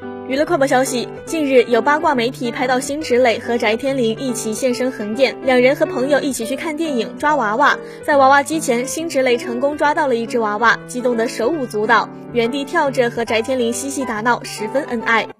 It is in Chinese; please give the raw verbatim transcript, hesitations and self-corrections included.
娱乐快报消息，近日有八卦媒体拍到辛芷蕾和翟天临一起现身横店，两人和朋友一起去看电影抓娃娃。在娃娃机前，辛芷蕾成功抓到了一只娃娃，激动得手舞足蹈，原地跳着和翟天临嬉戏打闹，十分恩爱。